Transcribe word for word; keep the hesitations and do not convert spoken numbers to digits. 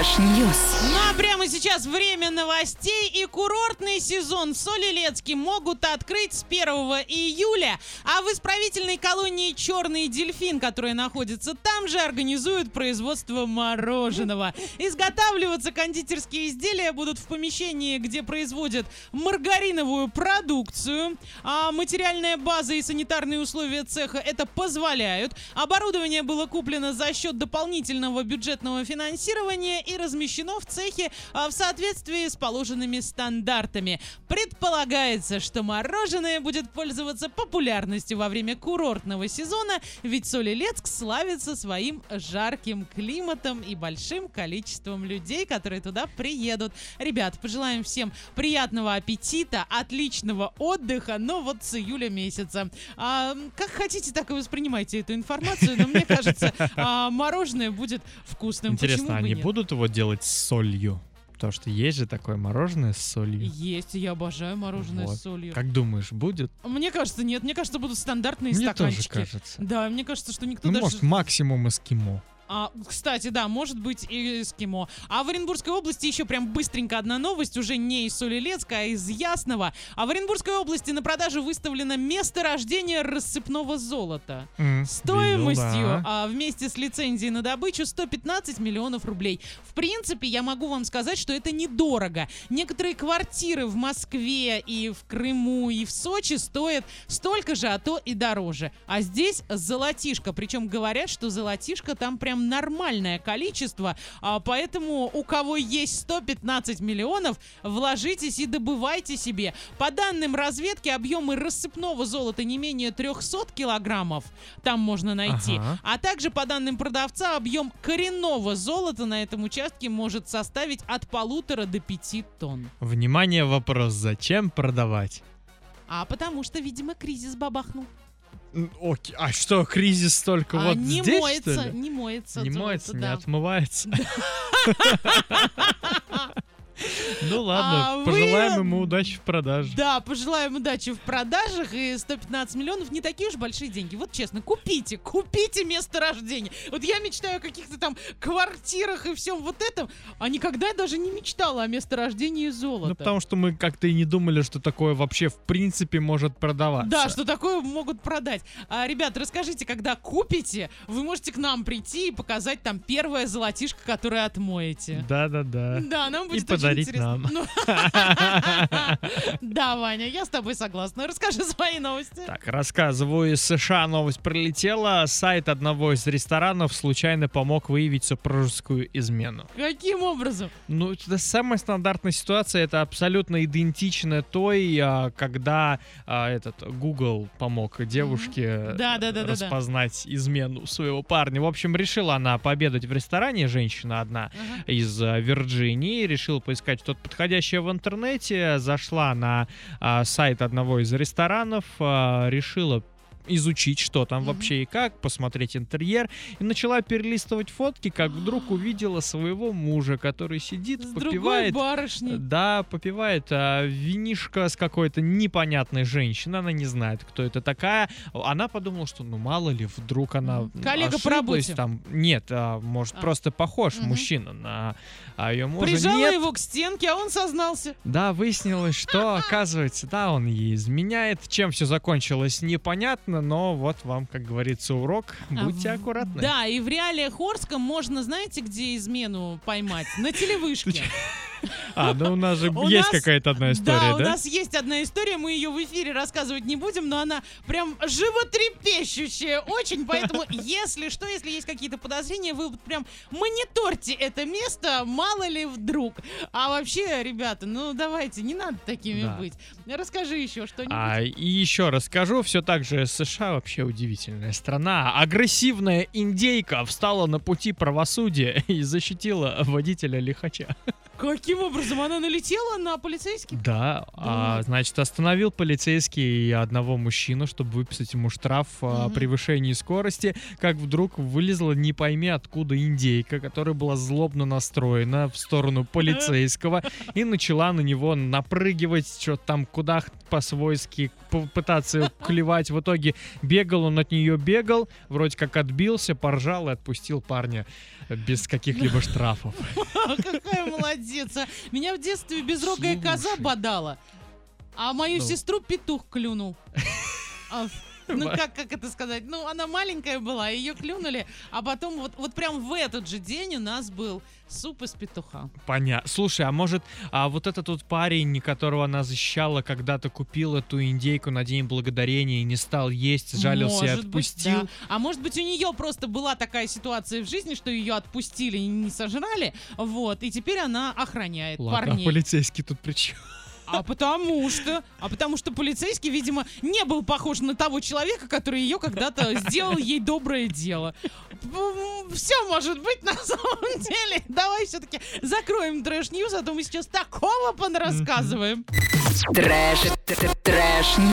Фреш Ньюс. Ну а прямо сейчас время новостей, и курортный сезон в Соль-Илецке могут открыть с первого июля, а в исправительной колонии «Черный дельфин», которая находится там же, организуют производство мороженого. Изготавливаться кондитерские изделия будут в помещении, где производят маргариновую продукцию, а материальная база и санитарные условия цеха это позволяют. Оборудование было куплено за счет дополнительного бюджетного финансирования и размещено в цехе а, в соответствии с положенными стандартами. Предполагается, что мороженое будет пользоваться популярностью во время курортного сезона, ведь Соль-Илецк славится своим жарким климатом и большим количеством людей, которые туда приедут. Ребят, пожелаем всем приятного аппетита, отличного отдыха, но вот с июля месяца. А, как хотите, так и воспринимайте эту информацию, но мне кажется, а, мороженое будет вкусным. Интересно, Почему бы они нет? будут его делать с солью? Потому что есть же такое мороженое с солью. Есть, я обожаю мороженое Вот. с солью. Как думаешь, будет? Мне кажется, нет. Мне кажется, будут стандартные Мне стаканчики. тоже кажется. Да, мне кажется, что никто Ну, даже... может, максимум эскимо. А, кстати, да, может быть и эскимо. А в Оренбургской области еще прям быстренько одна новость, уже не из Соль-Илецка, а из Ясного. А в Оренбургской области на продажу выставлено месторождение рассыпного золота. М, Стоимостью видел, да. а, вместе с лицензией на добычу сто пятнадцать миллионов рублей. В принципе, я могу вам сказать, что это недорого. Некоторые квартиры в Москве и в Крыму и в Сочи стоят столько же, а то и дороже. А здесь золотишко. Причем говорят, что золотишко там прям нормальное количество. А, поэтому у кого есть сто пятнадцать миллионов, вложитесь и добывайте себе. По данным разведки, объемы рассыпного золота не менее триста килограммов. Там можно найти. Ага. А также, по данным продавца, объем коренного золота на этом участке может составить от полутора до пяти тонн. Внимание, вопрос, зачем продавать? А потому что, видимо, кризис бабахнул. М, Окей, а что, кризис только А вот не здесь, моется, что ли? не моется. Не золото, моется, не да. отмывается. Ну А ладно, вы- пожелаем ему удачи в продаже. Да, пожелаем удачи в продажах, и сто пятнадцать миллионов не такие уж большие деньги. Вот честно, купите, купите месторождение. Вот я мечтаю о каких-то там квартирах и всем вот этом, а никогда даже не мечтала о месторождении золота. Ну потому что мы как-то и не думали, что такое вообще в принципе может продаваться. Да, что такое могут продать. А, ребят, расскажите, когда купите, вы можете к нам прийти и показать там первое золотишко, которое отмоете. Да-да-да. Да, нам будет подарить очень интересно. нам. Ну, Да, Ваня, я с тобой согласна. Расскажи свои новости. Так, рассказываю, из США новость прилетела. Сайт одного из ресторанов случайно помог выявить супружескую измену. Каким образом? Ну, это самая стандартная ситуация, это абсолютно идентично той, а, когда а, этот Google помог девушке Да-да-да-да-да. распознать измену своего парня. В общем, решила она пообедать в ресторане, женщина одна Ага. из а, Вирджинии, решила поискать что-то подходящее в интернете, зашла на а, сайт одного из ресторанов, а, решила изучить, что там Мгм. вообще и как, посмотреть интерьер, и начала перелистывать фотки, как вдруг увидела своего мужа, который сидит, С другой попивает, барышней. да, попивает а, винишко с какой-то непонятной женщиной, она не знает, кто это такая, она подумала, что ну мало ли, вдруг она Мгм. Коллега по ошиблась работе. там, нет, а, может А. просто похож Мгм. мужчина на а, ее мужа, Прижала нет. его к стенке, а он сознался. Да, выяснилось, что, оказывается, да, он ей изменяет. Чем все закончилось, непонятно, но вот вам, как говорится, урок. Будьте А в- аккуратны. Да, и в реалиях Орска можно, знаете, где измену поймать? На телевышке. А, ну у нас же У есть нас- какая-то одна Да, история, у да? нас есть одна история, мы ее в эфире рассказывать не будем, но она прям животрепещущая очень, поэтому если что, если есть какие-то подозрения, вы вот прям мониторьте это место, мало ли вдруг. А вообще, ребята, ну давайте, не надо такими Да. быть. Расскажи еще что-нибудь. А, и еще расскажу, все так же США вообще удивительная страна. Агрессивная индейка встала на пути правосудия и защитила водителя лихача. Каким образом? Она налетела на полицейских? Да, а, значит, остановил полицейский одного мужчину, чтобы выписать ему штраф о Мгм. превышении скорости, как вдруг вылезла не пойми откуда индейка, которая была злобно настроена в сторону полицейского и начала на него напрыгивать, что-то там куда по-свойски п- пытаться его клевать. В итоге бегал он от нее, бегал, вроде как отбился, поржал и отпустил парня без каких-либо штрафов. Какая молодец. а. Меня в детстве безрогая коза Слушай. бодала, а мою Ну. сестру петух клюнул. А, Ну, Ва- как, как это сказать? Ну, она маленькая была, ее клюнули, а потом вот, вот прям в этот же день у нас был суп из петуха. Понятно. Слушай, а может, а вот этот вот парень, которого она защищала, когда-то купил эту индейку на День Благодарения и не стал есть, жалился и Может быть, отпустил? да. А может быть, у нее просто была такая ситуация в жизни, что ее отпустили и не сожрали, вот, и теперь она охраняет Ладно, а парней. полицейский тут при чем? А потому что, а потому что полицейский, видимо, не был похож на того человека, который ее когда-то сделал ей доброе дело. Все может быть на самом деле. Давай все-таки закроем трэш-ньюс, а то мы сейчас такого понарассказываем. Трэш, трэш,